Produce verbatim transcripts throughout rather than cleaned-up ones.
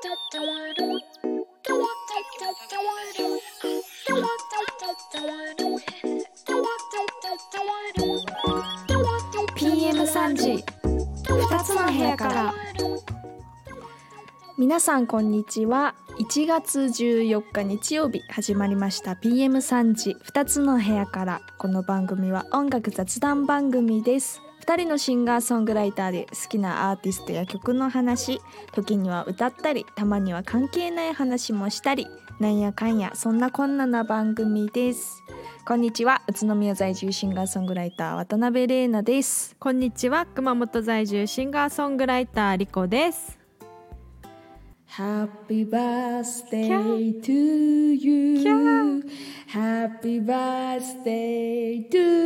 ピーエムさんじふたつの部屋から。皆さんこんにちは。いちがつじゅうよっか日曜日始まりました ピーエムさんじふたつの部屋から。この番組は音楽雑談番組です。ふたりのシンガーソングライターで好きなアーティストや曲の話、時には歌ったり、たまには関係ない話もしたり、なんやかんやそんなこんなな番組です。こんにちは。宇都宮在住シンガーソングライター渡辺玲奈です。 こんにちは。熊本在住シンガーソングライターリコです。 Happy birthday to you Happy birthday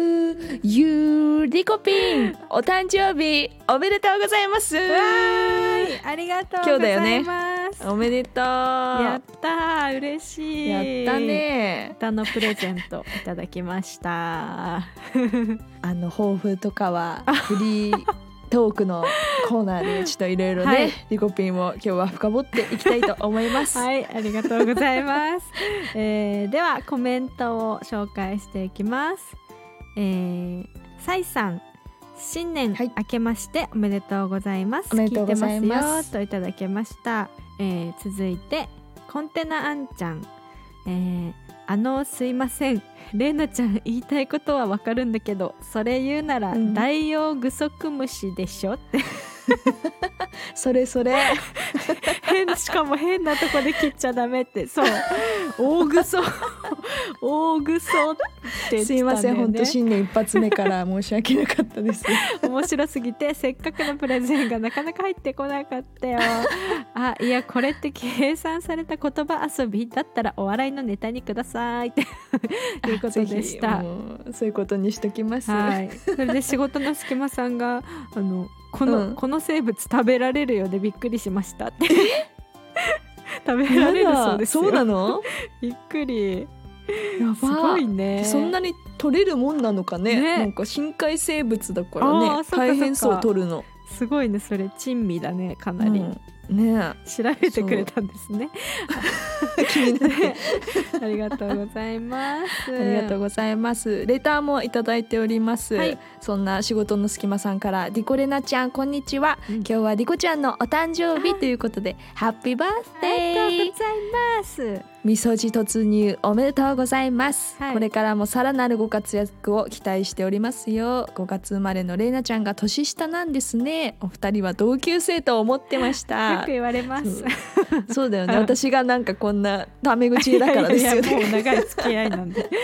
to you リコピン、お誕生日おめでとうございます。 わーい、ありがとうございます。今日だよね。 おめでとう。 やったー、嬉しい。 やったね。 歌のプレゼントいただきましたあの抱負とかはフリートークのコーナーでちょっといろいろね、はい、リコピンを今日は深掘っていきたいと思いますはい、ありがとうございます、えー、ではコメントを紹介していきます。えー、サイさん、新年明けましておめでとうございます、 はい、おめでとうございます。 聞いてますよといただきました。えー、続いてコンテナあんちゃん、えー、あのすいません、レイナちゃん言いたいことはわかるんだけど、それ言うなら、うん、ダイオウグソクムシでしょってそれそれ変、しかも変なとこで切っちゃダメって。そう大グソ大グソって言ってたんだよね。 すいません、本当新年一発目から申し訳なかったです面白すぎてせっかくのプレゼンがなかなか入ってこなかったよあ、いやこれって計算された言葉遊びだったらお笑いのネタにくださいっていうことでした。 もうそういうことにしときます、 はい、それで仕事の隙間さんがあのこの、うん、この生物食べられるようでびっくりしましたって食べられるそうですよ。 そうなのびっくり。 やば、 すごいね。 そんなに取れるもんなのか ね, ねなんか深海生物だからね、大変そう取るの。 すごいね、それ珍味だね、かなり、うんね、 調べてくれたんですね気になってありがとうございます。 ありがとうございます。レターもいただいております、はい、そんな仕事の隙間さんから、リコレナちゃんこんにちは、うん、今日はリコちゃんのお誕生日ということでハッピーバースデー。 ありがとうございます。 みそじ突入おめでとうございます、はい、これからもさらなるご活躍を期待しておりますよ。ごがつ生まれのレイナちゃんが年下なんですね。お二人は同級生と思ってました。 よく言われます。 そう、そうだよね私がなんかこんなタメ口だからですよね。 いやいやもう長い付き合いなんで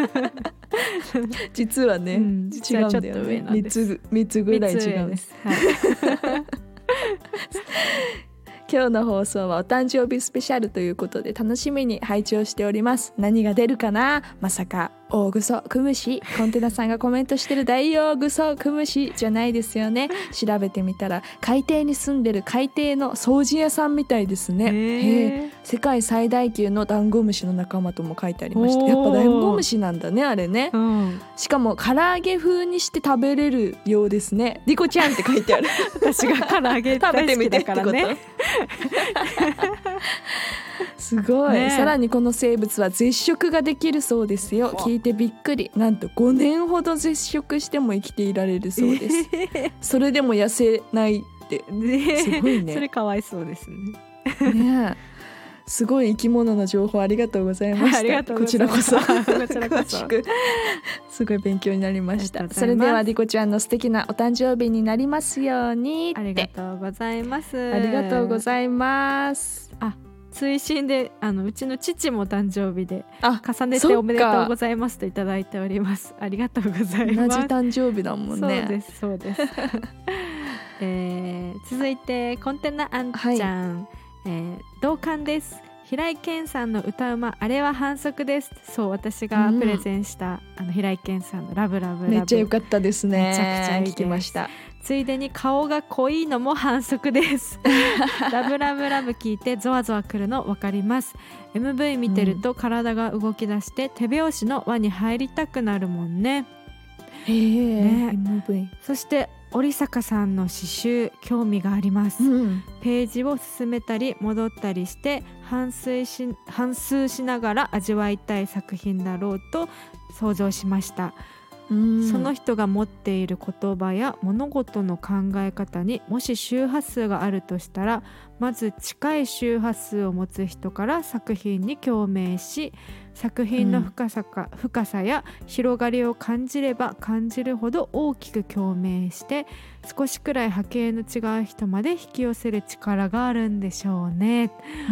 実はね、うん、 実はちょっと上なんです。 みっつ、みっつぐらい違うんです、はい今日の放送はお誕生日スペシャルということで楽しみに拝聴しております。何が出るかな。まさか大グソクムシ、コンテナさんがコメントしてるダイオウグソクムシじゃないですよね。調べてみたら海底に住んでる海底の掃除屋さんみたいですね。へー、世界最大級のダンゴムシの仲間とも書いてありました。やっぱダンゴムシなんだねあれね、うん、しかも唐揚げ風にして食べれるようですね。リコちゃんって書いてある私が唐揚げ大好きだからねすごい、ね、さらにこの生物は絶食ができるそうですよ。聞いてびっくり。なんとごねんほど絶食しても生きていられるそうです、えー、それでも痩せないって、ね、すごいね。 それかわいそうですね。 ね、すごい生き物の情報ありがとうございました。こちらこそこちらこそすごい勉強になりました。それではリコちゃんの素敵なお誕生日になりますようにって。 ありがとうございます。 ありがとうございます。 あ、追伸であのうちの父も誕生日で重ねておめでとうございますといただいております。ありがとうございます。 同じ誕生日だもんね。 そうですそうです、えー、続いてコンテナあんちゃん、はい、えー、同感です。平井堅さんの歌うまあれは反則です。そう、私がプレゼンした、うん、あの平井堅さんのラブラブラブめっちゃ良かったですね。 めちゃくちゃいいです。 聞きました。 ついでに顔が濃いのも反則ですラブラブラブ聞いてゾワゾワくるの分かります。 エムブイ 見てると体が動き出して手拍子の輪に入りたくなるもんね。 へえ、 ね、 エムブイ。 そして織坂さんの詩集興味があります、 うん、 ページを進めたり戻ったりして反芻し、反芻しながら味わいたい作品だろうと想像しました、 うん、 その人が持っている言葉や物事の考え方にもし周波数があるとしたら、まず近い周波数を持つ人から作品に共鳴し、作品の深さか、うん、深さや広がりを感じれば感じるほど大きく共鳴して、少しくらい波形の違う人まで引き寄せる力があるんでしょうね、うん、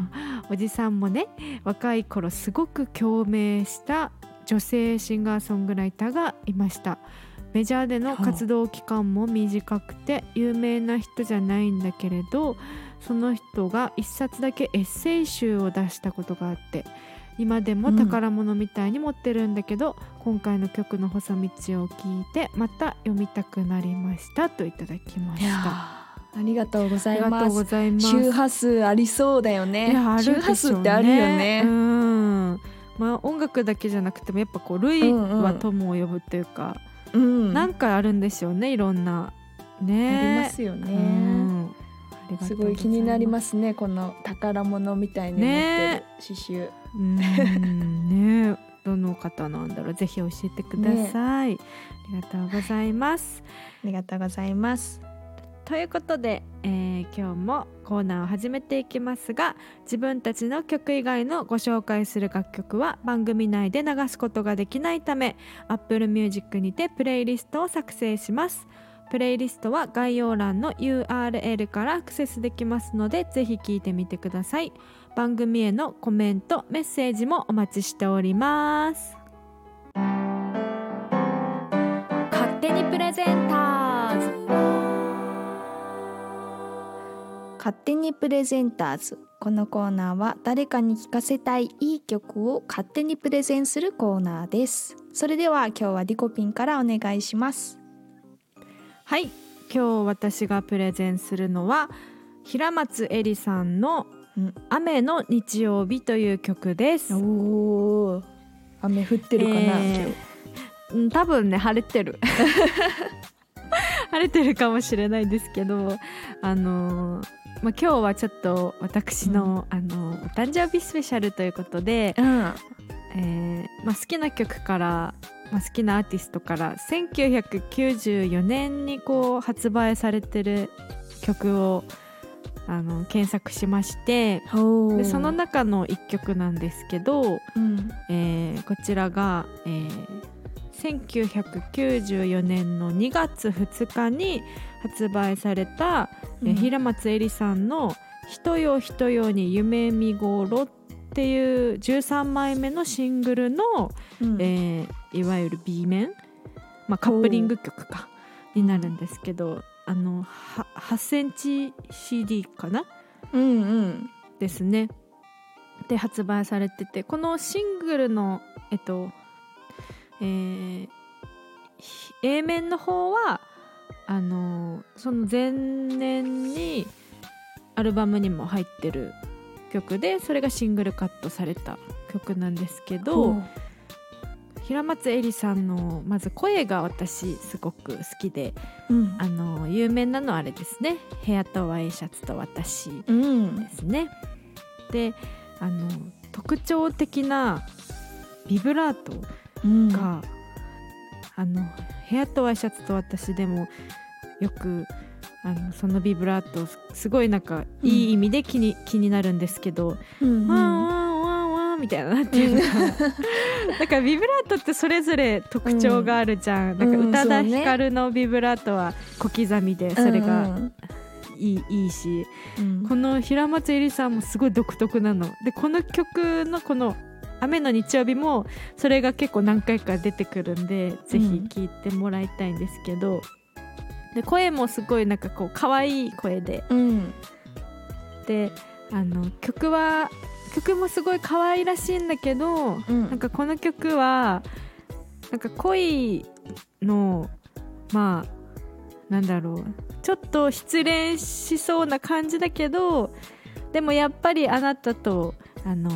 おじさんもね、若い頃すごく共鳴した女性シンガーソングライターがいました。メジャーでの活動期間も短くて有名な人じゃないんだけれど、その人が一冊だけエッセイ集を出したことがあって、今でも宝物みたいに持ってるんだけど、うん、今回の曲の細道を聞いてまた読みたくなりましたといただきました。 ありがとうございます。 ありがとうございます。 周波数ありそうだよね。 いや、あるでしょうね。 周波数ってあるよね。 うん、まあ、音楽だけじゃなくてもやっぱこう類は友を呼ぶっていうか、うんうん、なんかあるんでしょうね、いろんなね。 ありますよね、うん、すごい気になりますね、この宝物みたいに持ってる刺繍、ね、 うんね、どの方なんだろう、ぜひ教えてください、ね、ありがとうございます。 ありがとうございます。 ということで、えー、今日もコーナーを始めていきますが、自分たちの曲以外のご紹介する楽曲は番組内で流すことができないため、 Apple Music にてプレイリストを作成します。プレイリストは概要欄の ユーアールエル からアクセスできますので、ぜひ聞いてみてください。番組へのコメント、メッセージもお待ちしております。勝手にプレゼンターズ、 勝手にプレゼンターズ。このコーナーは誰かに聴かせたいいい曲を勝手にプレゼンするコーナーです。それでは今日はリコピンからお願いします。 はい、今日私がプレゼンするのは平松絵里さんの雨の日曜日という曲です。 おー、雨降ってるかな、 えー、今日多分ね、晴れてる晴れてるかもしれないですけど、あのーまあ、今日はちょっと私の、うん、あのお誕生日スペシャルということで、うんえーまあ、好きな曲から、まあ、好きなアーティストからせんきゅうひゃくきゅうじゅうよねんにこう発売されてる曲をあの検索しまして、でその中のいっきょくなんですけど、うんえー、こちらが、えー、せんきゅうひゃくきゅうじゅうよねんのにがつふつかに発売された、うん、え平松絵里さんの人よ人よに夢見頃っていうじゅうさんまいめのシングルの、うんえー、いわゆる B 面、まあ、カップリング曲かになるんですけど、あのははちセンチ シーディー かな、うんうん、ですね。で発売されてて、このシングルのえっと、えー、A 面の方はあのその前年にアルバムにも入ってる曲で、それがシングルカットされた曲なんですけど、平松絵里さんのまず声が私すごく好きで、うん、あの有名なのはあれですね、ヘアとワイシャツと私ですね、うん、であの特徴的なビブラートが、うん、あのヘアとワイシャツと私でもよくあのそのビブラートすごいなんかいい意味で気に、うん、気になるんですけど、うんうん、ワンワンワンワンみたいなっていうか、うん、だからビブラートってそれぞれ特徴があるじゃん、うん、なんか宇多田ヒカルのビブラートは小刻みでそれがいい、うん、いいし、うん、この平松絵里さんもすごい独特なので、この曲のこの雨の日曜日もそれが結構何回か出てくるんで、ぜひ聴いてもらいたいんですけど、で声もすごいなんかこう可愛い声で、うん、であの曲は曲もすごい可愛らしいんだけど、うん、なんかこの曲はなんか恋のまあなんだろう、ちょっと失恋しそうな感じだけど、でもやっぱりあなたとあの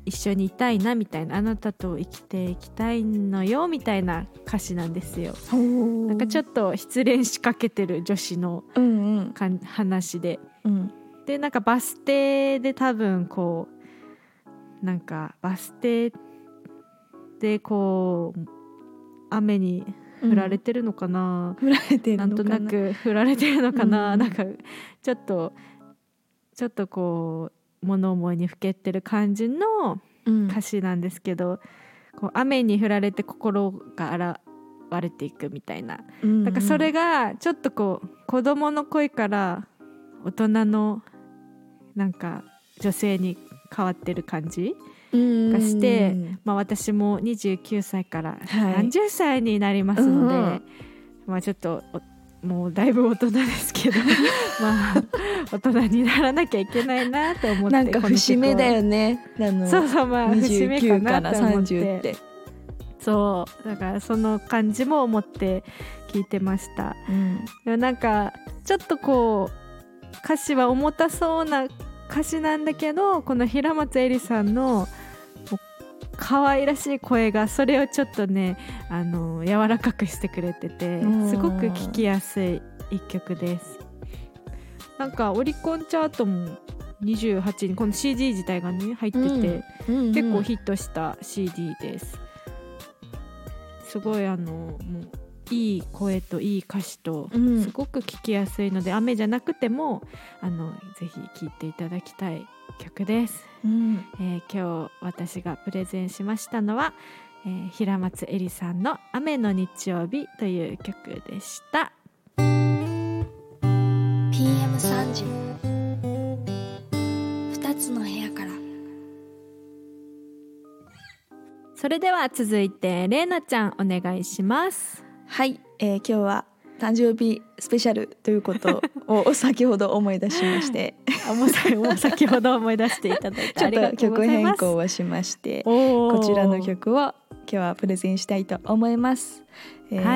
一緒にいたいなみたいな、あなたと生きていきたいのよみたいな歌詞なんですよ。なんかちょっと失恋しかけてる女子のか、うんうん、話で、うん、でなんかバス停で多分こうなんかバス停でこう雨に降られてるのかな、 うん、降られてるのかな、 なんとなく降られてるのかな、うん、なんかちょっとちょっとこう物思いにふけってる感じの歌詞なんですけど、うん、こう雨に降られて心が現れていくみたいな、うんうん、なんかそれがちょっとこう子供の恋から大人のなんか女性に変わってる感じがして、うん、まあ、私もにじゅうきゅうさいからさんじゅっさいになりますので、はい、まあ、ちょっともうだいぶ大人ですけどまあ大人にならなきゃいけないなと思って、 なんか節目だよね、あのそうそう、まあ節目かなと思って、にじゅうきゅうからさんじゅうって、そうだからその感じも思って聞いてました、うん、でもなんかちょっとこう歌詞は重たそうな歌詞なんだけど、この平松絵里さんの可愛らしい声がそれをちょっとね、あの柔らかくしてくれてて、すごく聴きやすい一曲です。なんかオリコンチャートもにじゅうはちにこの シーディー 自体がね入ってて、うんうんうん、結構ヒットした シーディー です。すごいあのもういい声といい歌詞とすごく聴きやすいので、うん、雨じゃなくてもあのぜひ聴いていただきたい曲です、うん、えー、今日私がプレゼンしましたのは、えー、平松絵里さんの雨の日曜日という曲でした。 ピーエムさんじふたつの部屋から。 それでは続いてれいなちゃんお願いします。 はい、えー、今日は誕生日スペシャルということを先ほど思い出しましてもう先ほど思い出していただいてありがとうございます。 ちょっと曲変更をしまして、こちらの曲を今日はプレゼンしたいと思います、えーはい、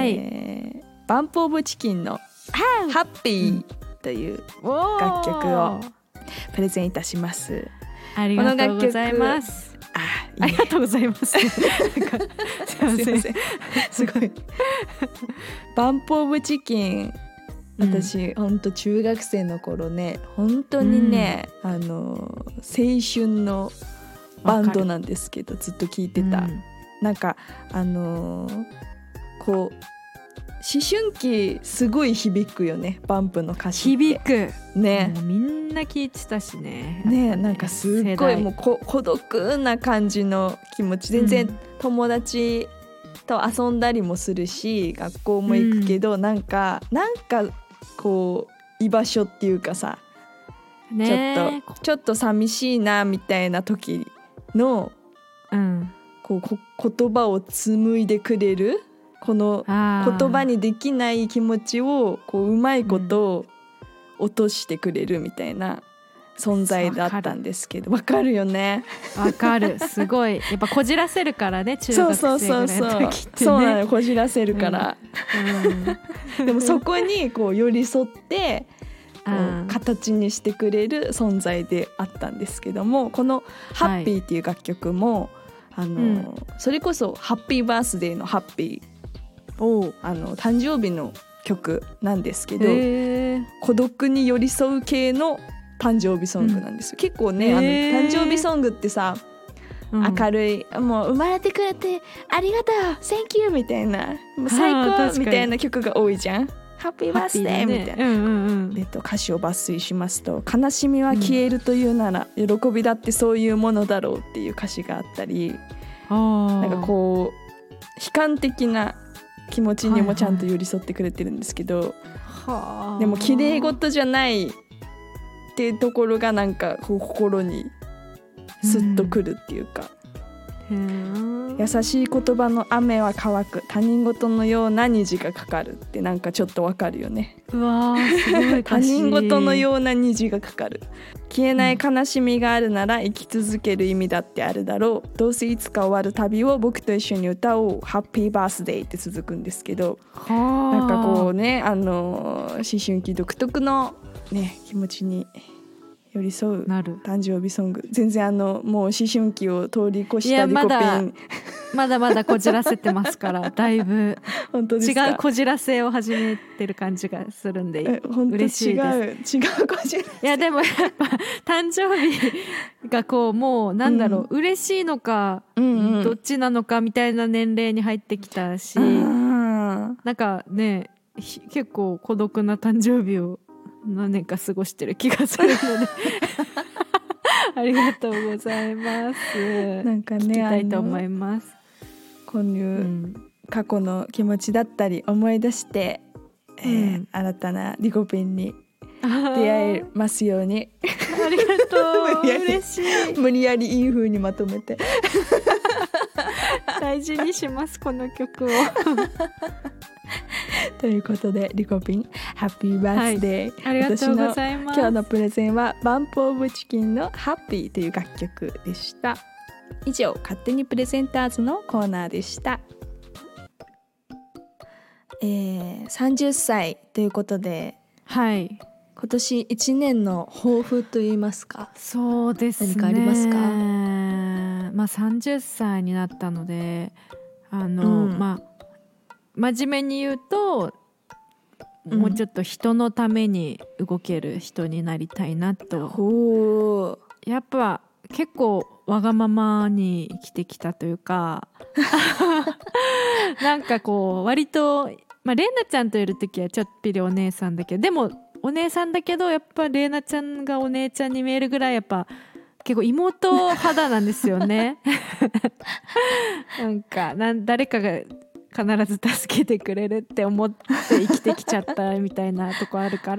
バンプオブチキンのハッピーという楽曲をプレゼンいたします。 ありがとうございます。 あ, いいありがとうございます。なんかすいません。 すごい。バンプオブチキン、私、うん、本当中学生の頃ね、本当にね、うん、あの青春のバンドなんですけどずっと聴いてた、うん、なんかあのこう思春期すごい響くよね、バンプの歌詞って。 響くね、 もうみんな聴いてたしね。 ね、なんかすっごいもうこ孤独な感じの気持ち、全然友達と遊んだりもするし、うん、学校も行くけど、うん、なんかなんかこう居場所っていうかさ、ね、ちょっとちょっと寂しいなみたいな時の、うん、こうこ言葉を紡いでくれる、この言葉にできない気持ちをこううまいこと落としてくれるみたいな存在だったんですけど、わかるよね。 わかる、すごいやっぱこじらせるからね、中学生ぐらいの時ってね。そうそうそうそう、そうなの、こじらせるから、うんうん、でもそこにこう寄り添ってこう形にしてくれる存在であったんですけども、このハッピーっていう楽曲も、はい、あの、うん、それこそハッピーバースデーのハッピー、あの誕生日の曲なんですけど、孤独に寄り添う系の誕生日ソングなんですよ、うん、結構ね、あの誕生日ソングってさ、うん、明るい、もう生まれてくれてありがとう Thank you みたいな、もう最高みたいな曲が多いじゃん。ハッピーバースデーみたいな、うんうんうん、えっと、歌詞を抜粋しますと、悲しみは消えるというなら、うん、喜びだってそういうものだろうっていう歌詞があったり、なんかこう悲観的な気持ちにもちゃんと寄り添ってくれてるんですけど、はいはい、でも綺麗事じゃないっていうところがなんかこう心にスッとくるっていうか、うん、優しい言葉の雨は乾く、他人事のような虹がかかるってなんかちょっとわかるよね。 うわー、すごい他人事のような虹がかかる、消えない悲しみがあるなら生き続ける意味だってあるだろう、どうせいつか終わる旅を僕と一緒に歌おう、ハッピーバースデーって続くんですけど、なんかこうね、あの思春期独特の、ね、気持ちに寄り添うなる。 誕生日ソング。全然あのもう思春期を通り越いやしたリコピまだン。 まだまだこじらせてますからだいぶ本当ですか。 違うこじらせを始めてる感じがするんでえ本当嬉しいです。 違う違うこじらせ。 いやでもやっぱ誕生日がこうもうなんだろう、うん、嬉しいのか、うんうん、どっちなのかみたいな年齢に入ってきたし、なんかね結構孤独な誕生日を何年か過ごしてる気がするのでありがとうございます。なんかね聞きたいと思います。 こういう過去の気持ちだったり思い出して、うんえー、新たなリコピンに出会えますように。 ありがとう嬉しい。 無理やりいい風にまとめて大事にしますこの曲をということでリコピンハッピーバースデー、 はい、ありがとうございます。 今日のプレゼンはバンプオブチキンのハッピーという楽曲でした。以上勝手にプレゼンターズのコーナーでした。えー、さんじゅっさいということで、 はい、 今年いちねんの抱負といいますか。 そうですね、 何かありますか。 まあ、さんじゅっさいになったのであの、うんまあ、真面目に言うと、うん、もうちょっと人のために動ける人になりたいなと。やっぱ結構わがままに生きてきたというかなんかこう割と、まあ、レイナちゃんといる時はちょっぴりお姉さんだけど、でもお姉さんだけどやっぱレイナちゃんがお姉ちゃんに見えるぐらいやっぱ結構妹肌なんですよねなんかなん誰かが必ず助けてくれるって思って生きてきちゃったみたいなとこあるから、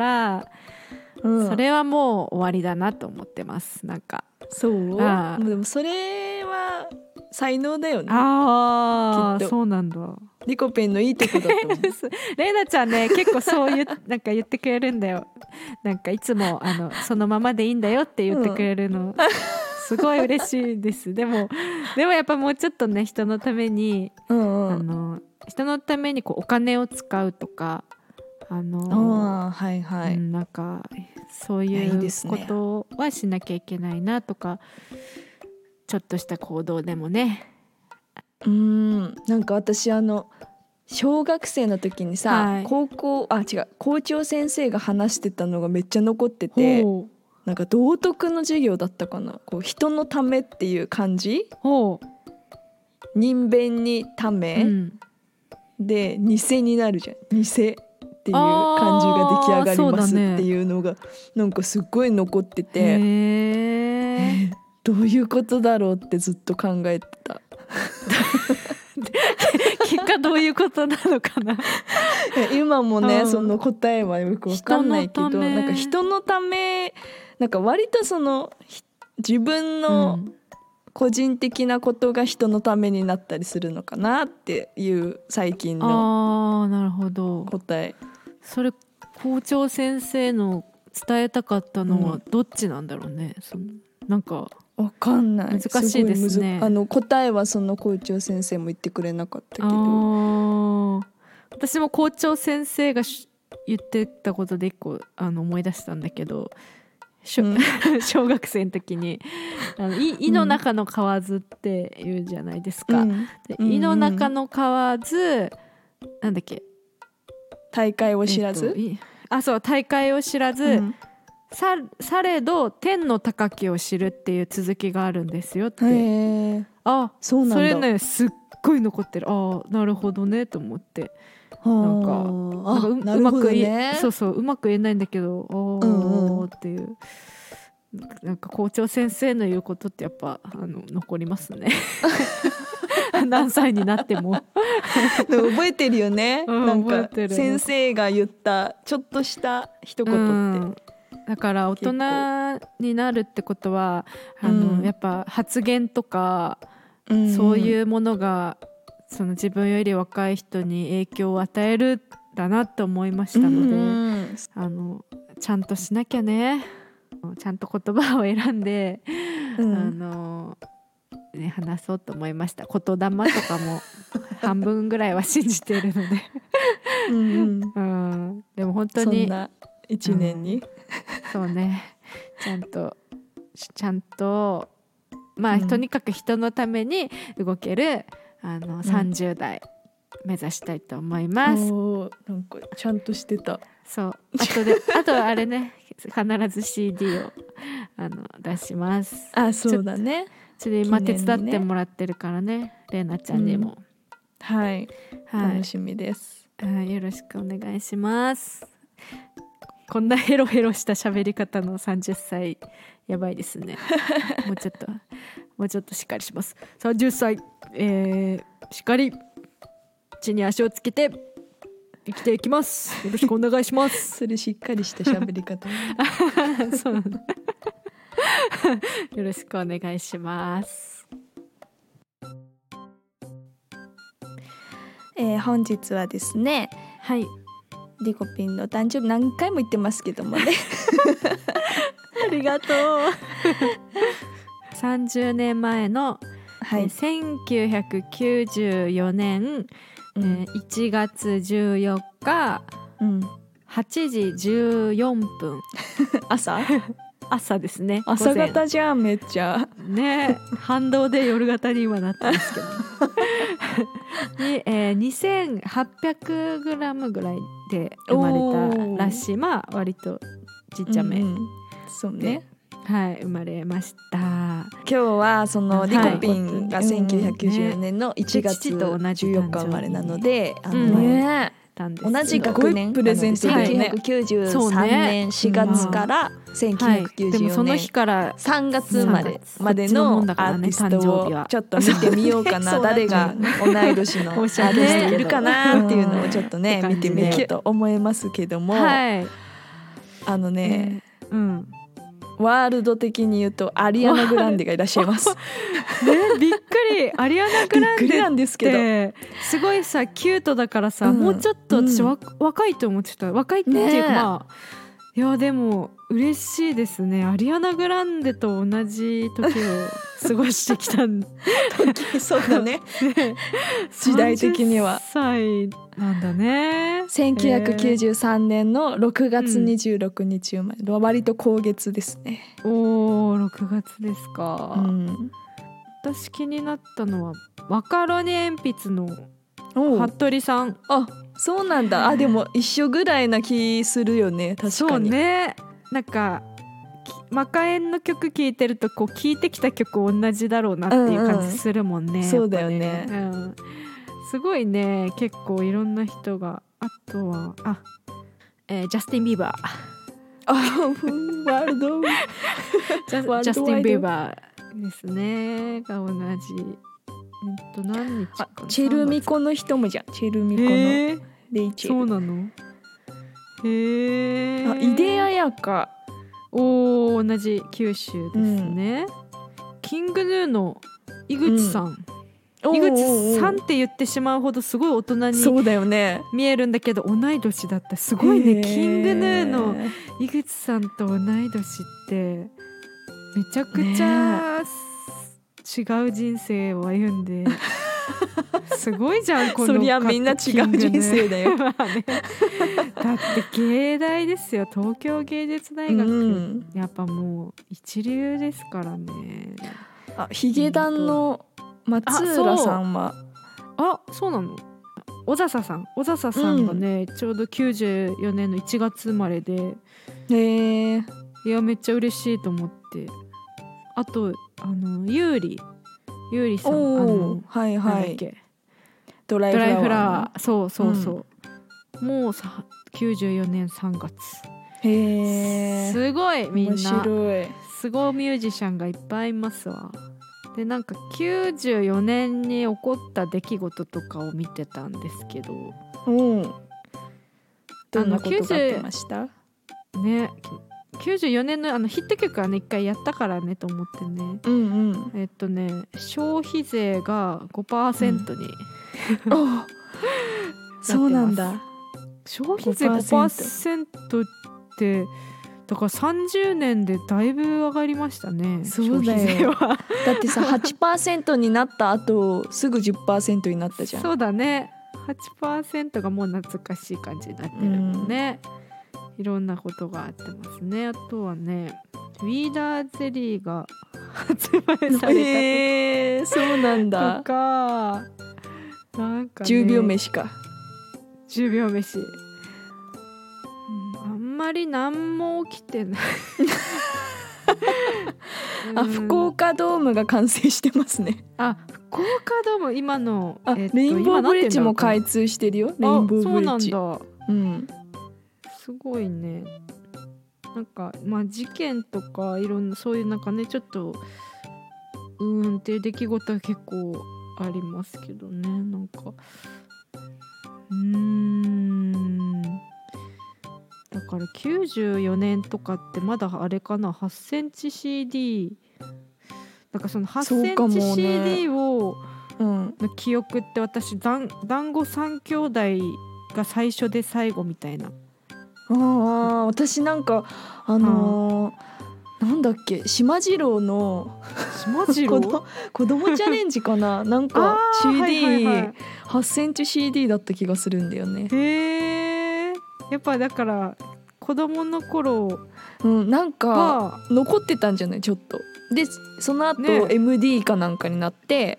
うん、それはもう終わりだなと思ってます。なんかそうあでもそれは才能だよね。 ああそうなんだ。 リコペンのいいとこだと思うレイナちゃんね結構そういうなんか言ってくれるんだよ。なんかいつもあのそのままでいいんだよって言ってくれるの、うん、すごい嬉しいです。でもでもやっぱもうちょっとね人のために、うんうん、あの人のためにこうお金を使うとかあのあ、はいはいうん、 なんかそういうことはしなきゃいけないなとか、ちょっとした行動でもね。 うーんなんか私あの小学生の時にさ、はい、高校あ違う校長先生が話してたのがめっちゃ残ってて、なんか道徳の授業だったかな。こう人のためっていう漢字人弁にため、うん、で偽になるじゃん。偽っていう漢字が出来上がりますっていうのがなんかすっごい残ってて、へーどういうことだろうってずっと考えてた結果どういうことなのかな今もね、うん、その答えはよく分かんないけど、なんか人のためなんか割とその自分の個人的なことが人のためになったりするのかなっていう最近のあなるほど答え。 それ校長先生の伝えたかったのはどっちなんだろうね、うん、そのなんかわかんない。 難しいですね。 あの答えはその校長先生も言ってくれなかったけど、 あ私も校長先生が言ってたことで一個あの思い出したんだけど、うん、小学生の時にあの胃の中の蛙って言うじゃないですか、うん、で胃の中の蛙なんだっけ大会を知らず、 えっと、あそう大会を知らず、うんさ, されど天の高きを知るっていう続きがあるんですよって。へあそうなんだ。それねすっごい残ってる。あなるほどねと思って、なんかなんか う, なるほど、ね、 うまくそうそううまく言えないんだけどあー、うんうん、っていうなんか校長先生の言うことってやっぱあの残りますね何歳になっても覚えてるよね、うん、なんか先生が言ったちょっとした一言って、うんだから大人になるってことはあの、うん、やっぱ発言とか、うんうん、そういうものがその自分より若い人に影響を与えるんだなと思いましたので、うんうん、あのちゃんとしなきゃね、ちゃんと言葉を選んで、うん、あのね、話そうと思いました。言霊とかも半分ぐらいは信じてるのでうん、うんうん、でも本当にそんないちねんに、うん、 そうねちゃんとちゃんとまあ、うん、とにかく人のために動けるあのさんじゅう代目指したいと思います、 うん、おなんかちゃんとしてた。 そうあとであとはあれね必ず シーディー をあの出します。 あ、そうだね。 ちょっと今手伝ってもらってるからね、れいなちゃんにも、うん、 はい、はい、楽しみです、 はい、よろしくお願いします。こんなヘロヘロした喋り方のさんじゅっさいやばいですね。もうちょっともうちょっとしっかりします。さんじゅっさい、えー、しっかり地に足をつけて生きていきます。よろしくお願いします。 それしっかりした喋り方そうなんだよろしくお願いします。 えー、本日はですね、 はいリコピンの誕生日何回も言ってますけどもねありがとうさんじゅうねんまえの、はい、えー、せんきゅうひゃくきゅうじゅうよねん、うんえー、いちがつじゅうよっか、うん、はちじじゅうよんぷん朝朝ですね。 朝方じゃんめっちゃね。反動で夜型に今なってますけどに、えー、にせんはっぴゃくグラムぐらいで生まれたらしい。まあ割とちっちゃめ、うんうん、 そうね、 はい、生まれました。 今日はそのリコピンがせんきゅうひゃくきゅうじゅうよねんのいちがつじゅうよっか生まれなので、あのね、同じ学年プレゼントせんきゅうひゃくきゅうじゅうさんねんしがつからせんきゅうひゃくきゅうじゅうよねんさんがつ生まれまでのアーティストをちょっと見てみようかな。誰が同い年のアーティストいるかなっていうのをちょっとね見てみようと思いますけども、あのね、うんワールド的に言うとアリアナ・グランデがいらっしゃいますね。 びっくり。アリアナ・グランデってなんですけどすごいさキュートだからさ、うん、もうちょっと私、うん、若いと思ってた。若いっていうか、ね、まあいやでも嬉しいですね。アリアナ・グランデと同じ時を過ごしてきた時そうだね時代的にはさんじゅっさいなんだね。 せんきゅうひゃくきゅうじゅうさんねんのろくがつにじゅうろくにち生まれ、うん、割と高月ですね。 おーろくがつですか、うん、私気になったのはマカロニ鉛筆の服部さん。 あ、そうなんだ。あ、でも一緒ぐらいな気するよね。確かにそうね。なんかマカエンの曲聴いてるとこう聴いてきた曲同じだろうなっていう感じするもんね、うんうん、 そうだよね、うん、 すごいね。結構いろんな人が。あとはあ、えー、ジャスティン・ビーバーあワールドジャ, ジャスティン・ビーバーですねが同じ。えっと何日かな。 チェルミコの人もじゃん。チェルミコのレイチェル。 そうなの。へえ。 あ、イデアヤか。 おー同じ九州ですね、うん、キングヌーの井口さん、うん、井口さんって言ってしまうほどすごい大人にそうだよね見えるんだけど同い年だった。すごいね。キングヌーの井口さんと同い年ってめちゃくちゃ違う人生を歩んで、ね、すごいじゃんこの。 そりゃみんな違う人生だよ、 まあね、だって芸大ですよ。東京芸術大学、うん、やっぱもう一流ですからね。 あ、ヒゲダンの松浦さんはあ、そうなの。小笹さん小笹さんがね、うん、ちょうどきゅうじゅうよねんのいちがつ生まれで、 へえ。 いやめっちゃ嬉しいと思って。あとあのユーリユーリさん、あのはいはい、 ドライフラワー、フラワーそうそうそう、うん、もうさきゅうじゅうよねんさんがつ。 へえ。 すごいみんな面白い。 すごいミュージシャンがいっぱいいますわ。でなんかきゅうじゅうよねんに起こった出来事とかを見てたんですけど、 うん、どんなことがあってましたね。きゅうじゅうよねんのあのヒット曲はね一回やったからねと思ってね、 うんうん、 えっとね消費税が ごパーセント に、 うん、そうなんだ。 消費税 ごパーセント ってだからさんじゅうねんでだいぶ上がりましたね。 そうだよだってさ はちパーセント になった後すぐ じゅっパーセント になったじゃん。 そうだね。はちパーセント がもう懐かしい感じになってるもんね、うん、いろんなことがあってますね。あとはねウィーダーゼリーが発売されたとか、 えー、そうなんだとかなんか、ね、 じゅうびょう飯か。 じゅうびょう飯、うん、あんまり何も起きてないあ、福岡ドームが完成してますね。 あ、福岡ドーム今の、 あ、 えっと、 レインボーブリッジも開通通してるよ。レインボーブリッジ。 そうなんだ。 うん、 すごいね。なんかまあ事件とかいろんなそういうなんかねちょっとうーんっていう出来事は結構ありますけどね。なんかうーんだからきゅうじゅうよねんとかってまだあれかな、はちセンチ シーディー なんかそのはちセンチ シーディー をの記憶って私団子三兄弟が最初で最後みたいな。 ああ、私なんかあのー、なんだっけ、島次郎の島次郎子, 子供チャレンジかななんか シーディーはちセンチ シーディー だった気がするんだよね。 へえ、やっぱだから子供の頃、 うん、なんか残ってたんじゃないちょっとで、その後、ね、エムディー かなんかになって、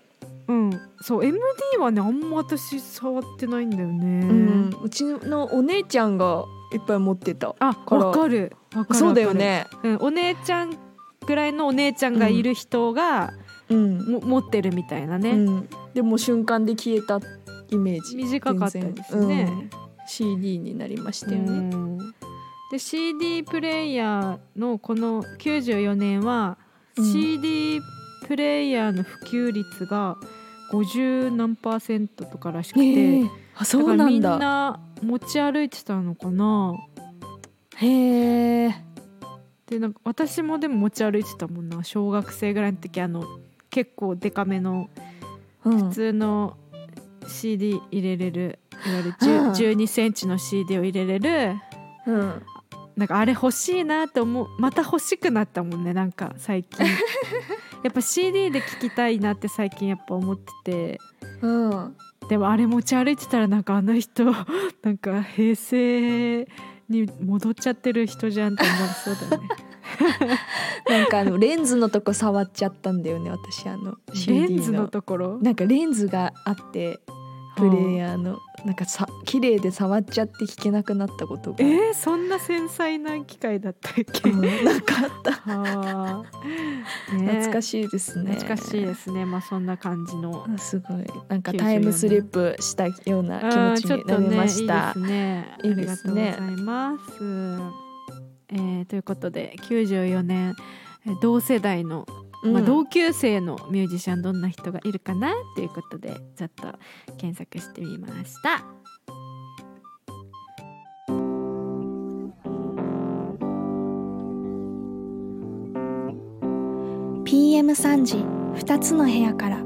うん、そう エムディー はねあんま私触ってないんだよね、 うん、うちのお姉ちゃんがいっぱい持ってた。 あ、わかるわかる。 そうだよね、 うん、お姉ちゃんぐらいのお姉ちゃんがいる人が、うん、も持ってるみたいなね、うん、 でも瞬間で消えたイメージ。 短かったですね、うん、 シーディー になりましたよね、うん、 で シーディー プレイヤーのこのきゅうじゅうよねんは、うん、シーディー プレイヤーの普及率がごじゅうなんパーセントとからしくて、えー、あ、そうなんだ。だからみんな持ち歩いてたのかな。 へえ。 でなんか私もでも持ち歩いてたもんな、小学生ぐらいの時。あの結構デカめの普通の シーディー 入れれる、いわゆるじゅうにセンチの シーディー を入れれる、うん、なんかあれ欲しいなって思う。また欲しくなったもんね、なんか最近やっぱ シーディー で聴きたいなって最近やっぱ思ってて、うん、でもあれ持ち歩いてたらなんかあの人なんか平成に戻っちゃってる人じゃんって思いそうだねなんかあのレンズのとこ触っちゃったんだよね私。あの シーディー のレンズのところ、 なんかレンズがあってプレイヤーのなんかさ綺麗で触っちゃって弾けなくなったことが。 えー、そんな繊細な機械だったっけ、うん、 なんかあったは、ね、懐かしいですね。 懐かしいですね。まあそんな感じのすごいなんかタイムスリップしたような気持ちになりました。 ちょっとね、いいですね。ありがとうございます、えー、ということできゅうじゅうよねん同世代のまあ、同級生のミュージシャンどんな人がいるかなということでちょっと検索してみました。 ピーエムさん 時ふたつの部屋から。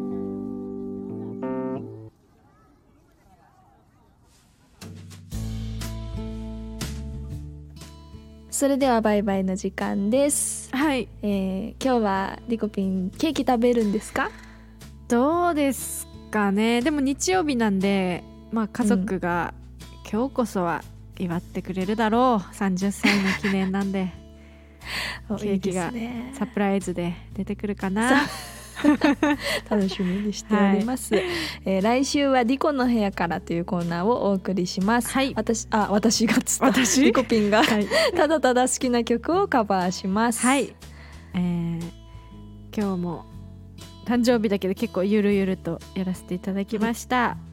それではバイバイの時間です。 はい、 えー、今日はリコピンケーキ食べるんですか？ どうですかね。でも日曜日なんで、まあ、家族が今日こそは祝ってくれるだろう、さんじゅっさいの記念なんでケーキがサプライズで出てくるかな楽しみにしております、はい。えー、来週はリコの部屋からというコーナーをお送りします。はい、私あ私がつった私リコピンが、はい、ただただ好きな曲をカバーします。 はい、えー、今日も誕生日だけど結構ゆるゆるとやらせていただきました、はい。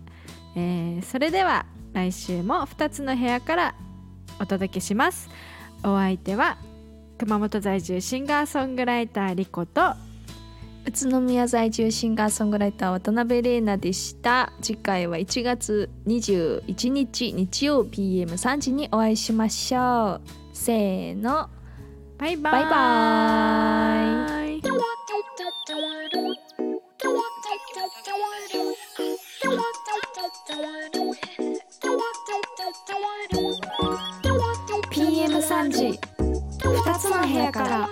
えー、それでは来週もふたつの部屋からお届けします。お相手は熊本在住シンガーソングライターリコと宇都宮在住シンガーソングライター渡辺玲奈でした。次回はいちがつにじゅういちにち日曜 ピーエムさん 時にお会いしましょう。せーの、 バイバイ。 バイバイ。ピーエムさん 時ふたつの部屋から。